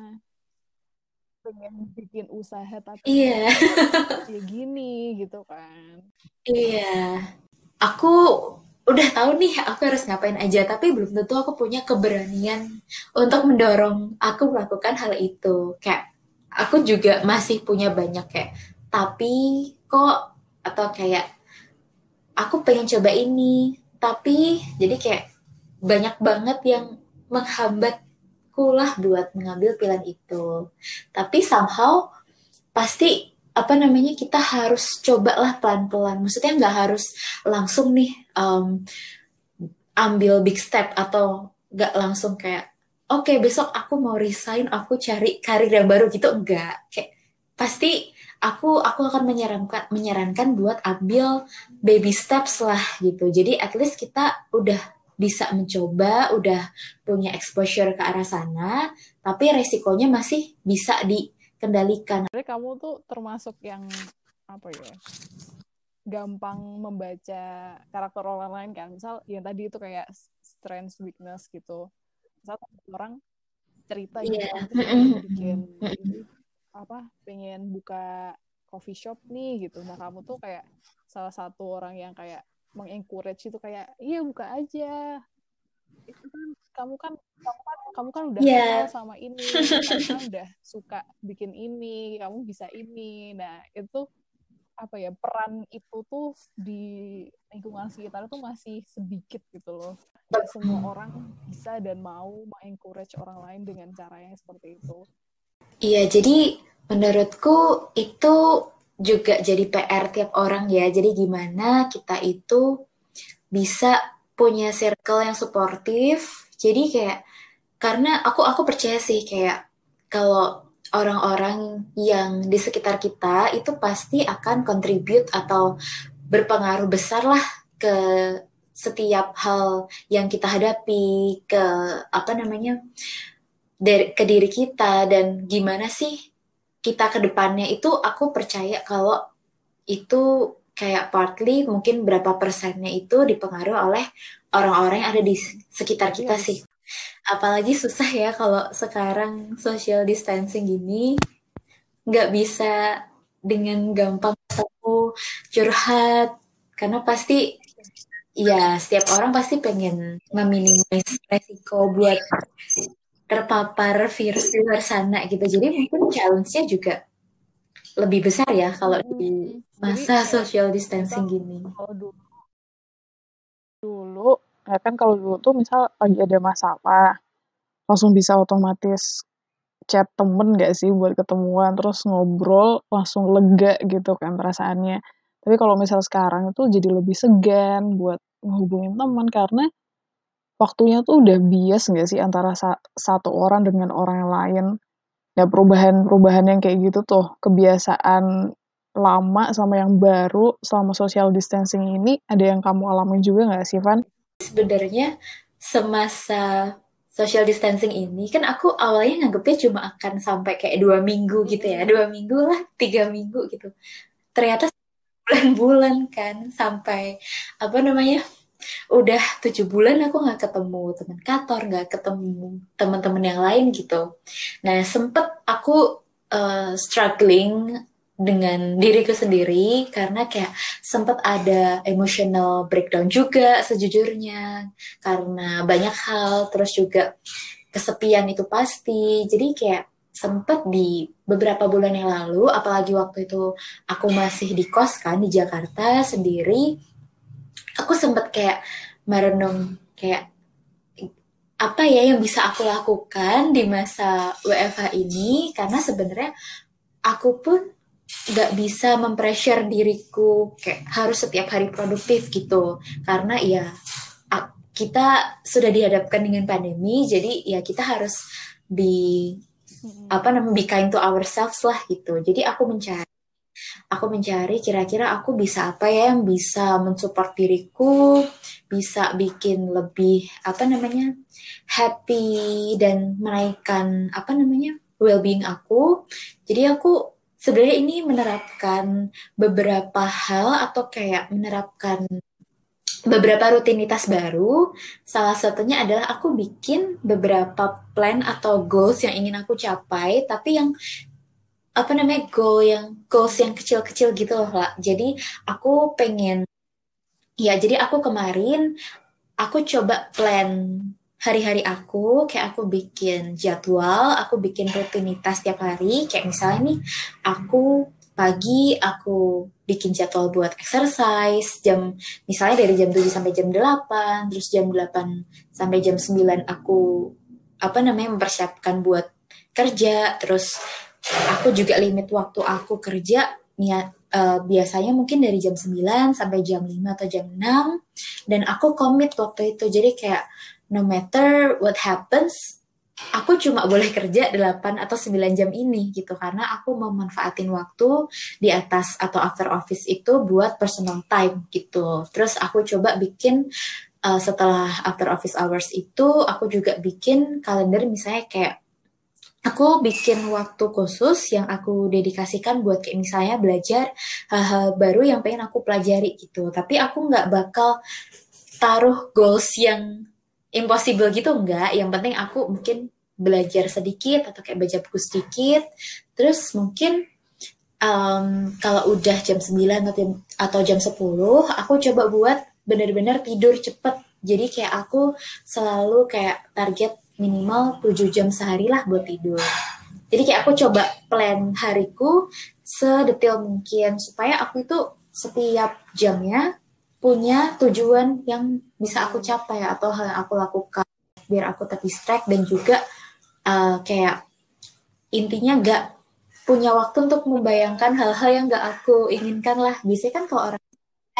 pengen bikin usaha tapi kok iya, ya gini gitu kan. iya. Aku udah tahu nih aku harus ngapain aja, tapi belum tentu aku punya keberanian untuk mendorong aku melakukan hal itu. Kayak aku juga masih punya banyak kayak, tapi kok, atau kayak aku pengen coba ini, tapi jadi kayak banyak banget yang menghambatku lah buat mengambil pilihan itu. Tapi somehow pasti apa namanya kita harus cobalah pelan-pelan. Maksudnya nggak harus langsung nih um, ambil big step atau nggak langsung kayak oke okay, besok aku mau resign aku cari karir yang baru gitu enggak kayak pasti aku aku akan menyarankan menyarankan buat ambil baby steps lah gitu jadi at least kita udah bisa mencoba udah punya exposure ke arah sana tapi resikonya masih bisa dikendalikan. Jadi kamu tuh termasuk yang apa ya gampang membaca karakter orang lain kan, misal yang tadi itu kayak strength weakness gitu, misal orang cerita Iya. gini, aku tuh pengen bikin Mm-mm. ini apa pengen buka coffee shop nih gitu, nah kamu tuh kayak salah satu orang yang kayak mengencourage itu kayak iya buka aja, itu kan kamu kan kamu kan kamu kan udah kenal Iya. sama ini, kamu kan udah suka bikin ini, kamu bisa ini, nah itu apa ya peran itu tuh di lingkungan sekitar tuh masih sedikit gitu loh. Gak semua orang bisa dan mau mengencourage orang lain dengan cara yang seperti itu. Iya, jadi menurutku itu juga jadi P R tiap orang ya. Jadi gimana kita itu bisa punya circle yang suportif. Jadi kayak karena aku aku percaya sih kayak kalau orang-orang yang di sekitar kita itu pasti akan contribute atau berpengaruh besar lah ke setiap hal yang kita hadapi ke apa namanya dari ke diri kita dan gimana sih kita ke depannya itu aku percaya kalau itu kayak partly mungkin berapa persennya itu dipengaruhi oleh orang-orang yang ada di sekitar Berarti kita harus sih. Apalagi susah ya kalau sekarang social distancing gini nggak bisa dengan gampang ketemu curhat karena pasti ya setiap orang pasti pengen meminimais resiko buat terpapar virus di luar sana gitu. Jadi mungkin challenge-nya juga lebih besar ya kalau di mm, jadi masa kayak social misal distancing gini. kalau dulu dulu ya kan kalau dulu tuh misal lagi ada masalah langsung bisa otomatis chat temen gak sih buat ketemuan terus ngobrol langsung lega gitu kan perasaannya. Tapi kalau misal sekarang itu jadi lebih segan buat ngehubungin teman karena waktunya tuh udah bias nggak sih antara sa- satu orang dengan orang lain. Ya perubahan-perubahan yang kayak gitu tuh, kebiasaan lama sama yang baru selama social distancing ini, ada yang kamu alami juga nggak sih, Van? Sebenarnya semasa social distancing ini kan aku awalnya nganggepnya cuma akan sampai kayak dua minggu gitu ya, Mm-mm. dua minggu lah, tiga minggu gitu. Ternyata bulan-bulan kan sampai apa namanya udah tujuh bulan aku nggak ketemu teman kantor, nggak ketemu teman-teman yang lain gitu. Nah, sempet aku uh, struggling dengan diriku sendiri karena kayak sempet ada emotional breakdown juga sejujurnya karena banyak hal, terus juga kesepian itu pasti. Jadi kayak sempet di beberapa bulan yang lalu, apalagi waktu itu aku masih di kos kan di Jakarta sendiri, aku sempet kayak merenung kayak apa ya yang bisa aku lakukan di masa W F H ini karena sebenarnya aku pun nggak bisa mempressure diriku kayak harus setiap hari produktif gitu karena ya kita sudah dihadapkan dengan pandemi jadi ya kita harus be Mm-mm. apa namanya be kind to ourselves lah gitu jadi aku mencari aku mencari kira-kira aku bisa apa ya yang bisa mensupport diriku, bisa bikin lebih apa namanya happy dan menaikkan apa namanya well-being aku. Jadi aku sebenarnya ini menerapkan beberapa hal atau kayak menerapkan beberapa rutinitas baru. Salah satunya adalah aku bikin beberapa plan atau goals yang ingin aku capai, tapi yang apa namanya goal yang goals yang kecil-kecil gitu loh lah. Jadi aku pengen ya jadi aku kemarin aku coba plan hari-hari aku, kayak aku bikin jadwal, aku bikin rutinitas tiap hari, kayak misalnya nih, aku pagi aku bikin jadwal buat exercise, jam misalnya dari jam tujuh sampai jam delapan, terus jam delapan sampai jam sembilan aku apa namanya mempersiapkan buat kerja, terus aku juga limit waktu aku kerja niat uh, biasanya mungkin dari jam sembilan sampai jam lima atau jam enam dan aku komit waktu itu. Jadi kayak no matter what happens, aku cuma boleh kerja delapan atau sembilan jam ini gitu karena aku mau manfaatin waktu di atas atau after office itu buat personal time gitu. Terus aku coba bikin uh, setelah after office hours itu aku juga bikin kalender misalnya kayak aku bikin waktu khusus yang aku dedikasikan buat kayak misalnya belajar hal-hal baru yang pengen aku pelajari gitu. Tapi aku nggak bakal taruh goals yang impossible gitu nggak. Yang penting aku mungkin belajar sedikit atau kayak baca buku sedikit. Terus mungkin um, kalau udah jam sembilan atau jam, atau jam sepuluh aku coba buat benar-benar tidur cepet. Jadi kayak aku selalu kayak target minimal tujuh jam sehari lah buat tidur. Jadi kayak aku coba plan hariku sedetail mungkin supaya aku itu setiap jamnya punya tujuan yang bisa aku capai atau hal yang aku lakukan biar aku terdistract dan juga uh, kayak intinya gak punya waktu untuk membayangkan hal-hal yang gak aku inginkan lah. Biasanya kan kalau orang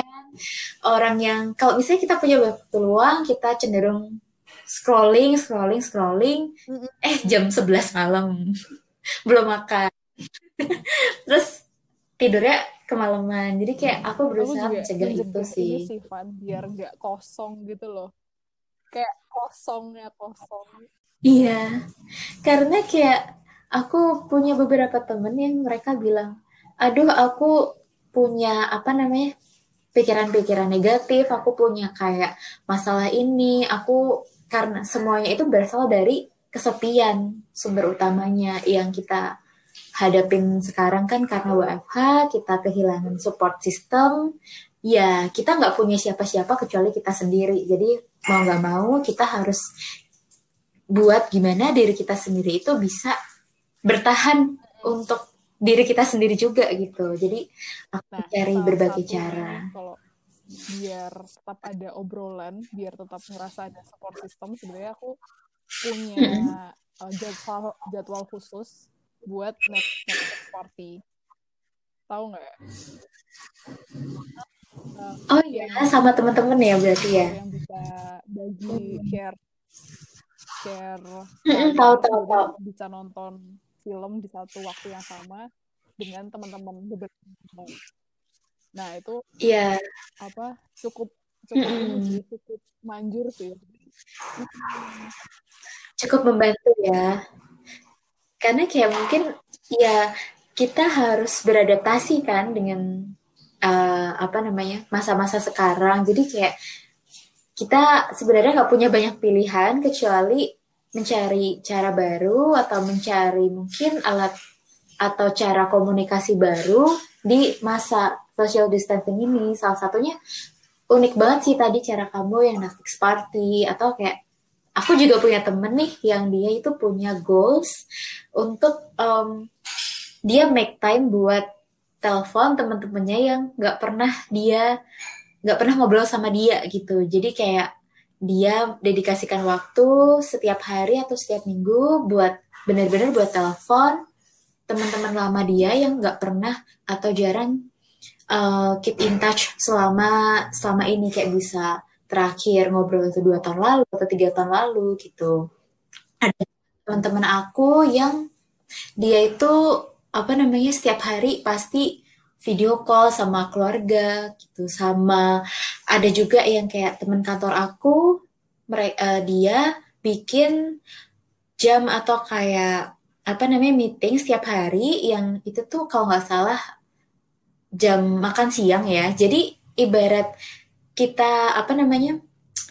orang yang kalau misalnya kita punya waktu luang kita cenderung scrolling scrolling scrolling eh jam sebelas malam belum makan terus tidurnya kemalaman jadi kayak aku Aku berusaha juga mencegah itu mencegah sih. ini sih, Van, biar nggak kosong gitu loh. Kayak kosongnya kosong. Iya, karena kayak aku punya beberapa temen yang mereka bilang, aduh aku punya apa namanya pikiran-pikiran negatif, aku punya kayak masalah ini, aku karena semuanya itu berasal dari kesepian sumber utamanya yang kita hadapin sekarang kan karena W F H, kita kehilangan support system, ya kita nggak punya siapa-siapa kecuali kita sendiri. Jadi mau nggak mau kita harus buat gimana diri kita sendiri itu bisa bertahan untuk diri kita sendiri juga gitu. Jadi aku Nah, cari salah berbagai satunya cara. nih kalau biar tetap ada obrolan, biar tetap ngerasa ada support system, sebenarnya aku punya uh, jadwal jadwal khusus buat Netflix party. Tahu nggak? Uh, Oh iya, yang sama teman-teman ya berarti ya. yang bisa bagi share share Mm-mm, tahu karya, tahu jadi tahu. bisa nonton film di satu waktu yang sama dengan teman-teman beberapa teman. Nah itu Iya. apa cukup cukup ini Mm-mm. sih, cukup manjur sih. Cukup membantu ya. Karena kayak mungkin ya kita harus beradaptasi kan dengan uh, apa namanya masa-masa sekarang. Jadi kayak kita sebenarnya nggak punya banyak pilihan kecuali mencari cara baru atau mencari mungkin alat atau cara komunikasi baru di masa social distancing ini. Salah satunya unik banget sih tadi cara kamu yang Netflix party atau kayak aku juga punya temen nih yang dia itu punya goals untuk um, dia make time buat telepon teman-temannya yang nggak pernah dia nggak pernah ngobrol sama dia gitu. Jadi kayak dia dedikasikan waktu setiap hari atau setiap minggu buat benar-benar buat telepon teman-teman lama dia yang nggak pernah atau jarang uh, keep in touch selama selama ini kayak bisa terakhir ngobrol itu dua tahun lalu atau tiga tahun lalu gitu. Ada teman-teman aku yang dia itu apa namanya setiap hari pasti video call sama keluarga gitu sama ada juga yang kayak teman kantor aku mereka uh, dia bikin jam atau kayak apa namanya meeting setiap hari yang itu tuh kalau nggak salah jam makan siang ya. Jadi ibarat kita apa namanya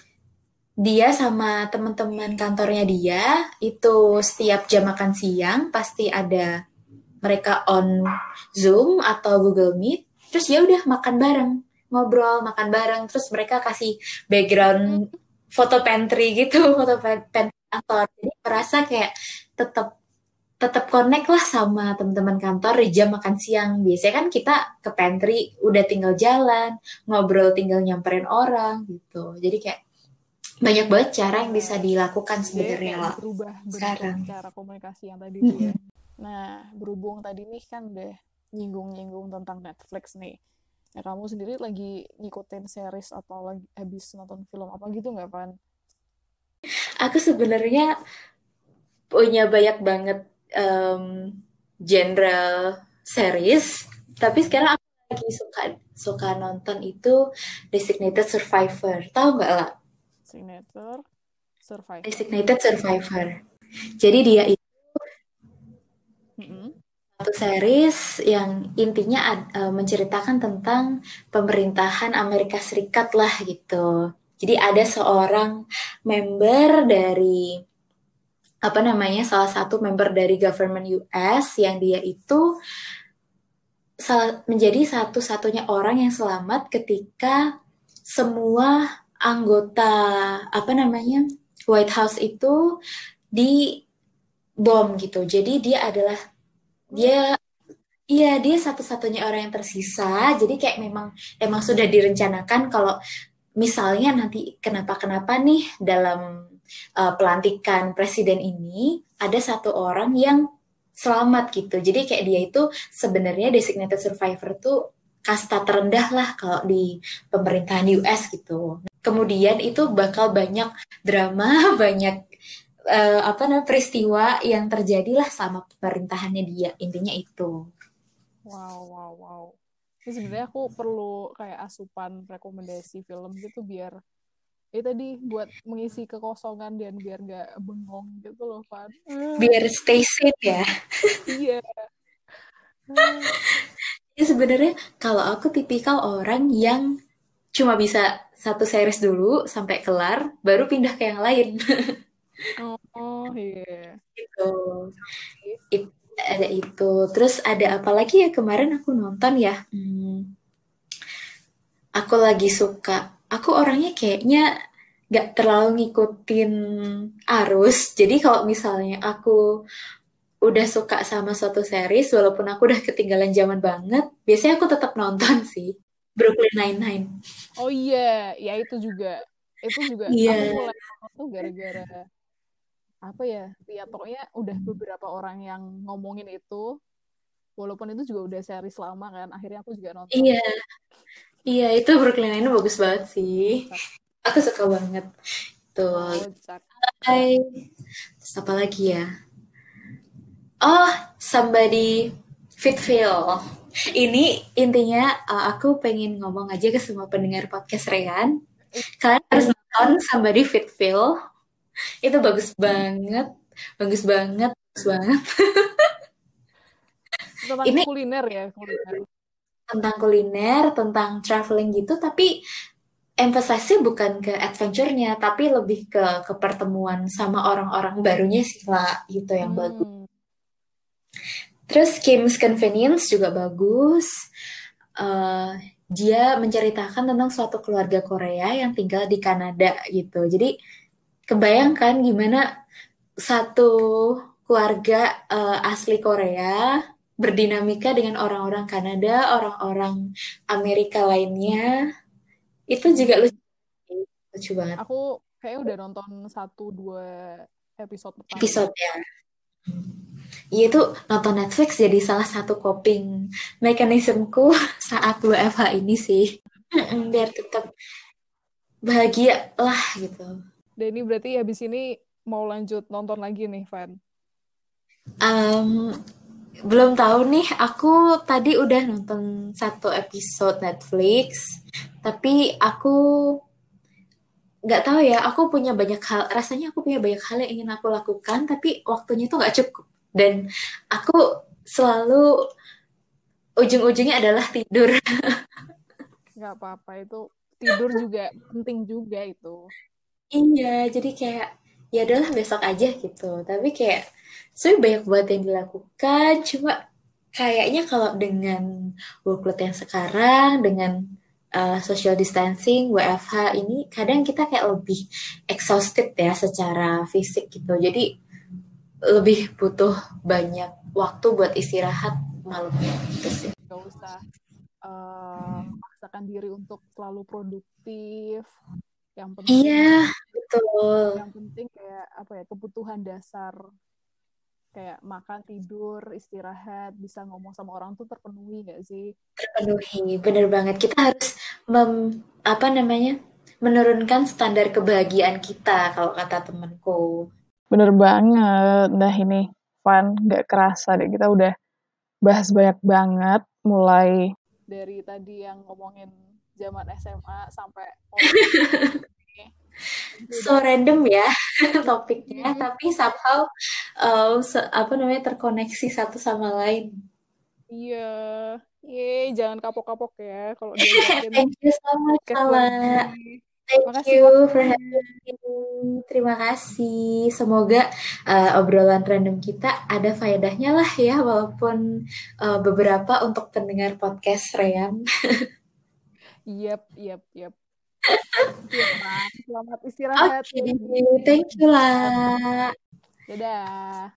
dia sama teman-teman kantornya dia itu setiap jam makan siang pasti ada mereka on Zoom atau Google Meet, terus ya udah makan bareng, ngobrol, makan bareng, terus mereka kasih Hmm. background foto pantry gitu, foto pantry kantor. Jadi merasa kayak tetap tetap connect lah sama teman-teman kantor di jam makan siang. Biasanya kan kita ke pantry udah tinggal jalan, ngobrol tinggal nyamperin orang gitu. Jadi kayak banyak banget cara yang bisa Bener. dilakukan Jadi sebenarnya kayak lah berubah bentuk sekarang. cara komunikasi yang tadi tuh ya. Mm-mm. Nah, berhubung tadi nih kan udah nyinggung-nyinggung tentang Netflix nih. Nah, kamu sendiri lagi ngikutin series atau lagi habis nonton film apa gitu nggak, Van? Aku sebenarnya punya banyak banget em, genre series, tapi sekarang aku lagi suka suka nonton itu Designated Survivor. Tahu nggak lah? Signature, Survivor. Designated Survivor. Jadi dia itu Mm-mm. satu series yang intinya ad- eh, menceritakan tentang pemerintahan Amerika Serikat lah gitu. Jadi ada seorang member dari apa namanya salah satu member dari government U S yang dia itu salah, menjadi satu-satunya orang yang selamat ketika semua anggota apa namanya White House itu dibom gitu. Jadi dia adalah Oh, dia iya dia satu-satunya orang yang tersisa. Jadi kayak memang emang sudah direncanakan kalau misalnya nanti kenapa-kenapa nih dalam uh, pelantikan presiden ini ada satu orang yang selamat gitu. Jadi kayak dia itu sebenarnya designated survivor tuh kasta terendah lah kalau di pemerintahan U S gitu. Kemudian itu bakal banyak drama, banyak uh, apa namanya peristiwa yang terjadilah sama pemerintahannya dia. Intinya itu. wow, wow, wow. Ini sebenarnya aku perlu kayak asupan rekomendasi film gitu biar ya tadi buat mengisi kekosongan dan biar nggak bengong gitu loh, Van. Ah, Biar stay safe ya. iya. Ah, Ya sebenarnya kalau aku tipikal orang yang cuma bisa satu series dulu sampai kelar, baru pindah ke yang lain. oh, iya. Gitu. It- ada itu. Terus ada apa lagi ya kemarin aku nonton ya? Hmm, aku lagi suka. Aku orangnya kayaknya gak terlalu ngikutin arus. Jadi kalau misalnya aku udah suka sama suatu series, walaupun aku udah ketinggalan zaman banget, biasanya aku tetap nonton sih. Brooklyn Nine-Nine. Oh iya, ya itu juga. Itu juga aku Iya, mulai nonton tuh gara-gara apa ya? Ya pokoknya udah beberapa orang yang ngomongin itu, walaupun itu juga udah series lama kan. Akhirnya aku juga nonton. iya, iya itu Brooklyn Nine-Nine bagus banget sih. Cak. Aku suka banget. Tuh, Oh, cak. hai. Terus apa lagi ya? Oh, Somebody Fitville. Ini intinya uh, aku pengen ngomong aja ke semua pendengar podcast Rehan. Kalian harus nonton Somebody Fitville. Itu bagus banget. Bagus banget. Bagus banget. Tentang Ini kuliner ya, kuliner. tentang kuliner, tentang traveling gitu, tapi emphasize-nya bukan ke adventure-nya, tapi lebih ke ke pertemuan sama orang-orang barunya sih lah, gitu yang bagus. Hmm. Terus Kim's Convenience juga bagus. Eh, dia menceritakan tentang suatu keluarga Korea yang tinggal di Kanada gitu. Jadi kebayangkan gimana satu keluarga eh, asli Korea berdinamika dengan orang-orang Kanada, orang-orang Amerika lainnya. Itu juga Hmm. lucu, lucu banget Aku kayak udah nonton satu dua episode pertamanya. episode ya. Iya itu nonton Netflix jadi salah satu coping mekanismeku saat W F H ini sih. Mm-mm, biar tetap bahagia lah gitu. Dan ini berarti habis ini mau lanjut nonton lagi nih, Van. Em, belum tahu nih, aku tadi udah nonton satu episode Netflix, tapi aku nggak tahu ya, aku punya banyak hal, rasanya aku punya banyak hal yang ingin aku lakukan, tapi waktunya tuh nggak cukup. Dan aku selalu ujung-ujungnya adalah tidur. Nggak apa-apa, itu tidur juga penting juga itu. Iya, jadi kayak ya adalah besok aja gitu. Tapi kayak sebenarnya banyak banget yang dilakukan. Cuma kayaknya kalau dengan workload yang sekarang, dengan uh, social distancing, W F H ini, kadang kita kayak lebih exhausted ya secara fisik gitu. Jadi lebih butuh banyak waktu buat istirahat malamnya gitu sih. Nggak usah uh, memaksakan diri untuk selalu produktif. Yang penting, Iya, betul. yang penting kayak apa ya, kebutuhan dasar kayak makan, tidur, istirahat, bisa ngomong sama orang tuh terpenuhi nggak sih? Terpenuhi, bener banget. Kita harus mem, apa namanya, menurunkan standar kebahagiaan kita kalau kata temanku. Bener banget. Nah ini, Van, nggak kerasa deh. Kita udah bahas banyak banget. Mulai dari tadi yang ngomongin zaman S M A sampai podcast ini. So Udah. random ya topiknya, tapi somehow uh, se- apa namanya terkoneksi satu sama lain. Iya. Yeay, jangan kapok-kapok ya kalau diajakin Thank you so much, podcast lagi. Lala. Thank Makasih you for waktunya. having me. Terima kasih. Semoga uh, obrolan random kita ada faedahnya lah ya, walaupun uh, beberapa untuk pendengar podcast Rean. Yep, yep, yep. Selamat, selamat istirahat. Oke, okay, thank you lah. Dadah.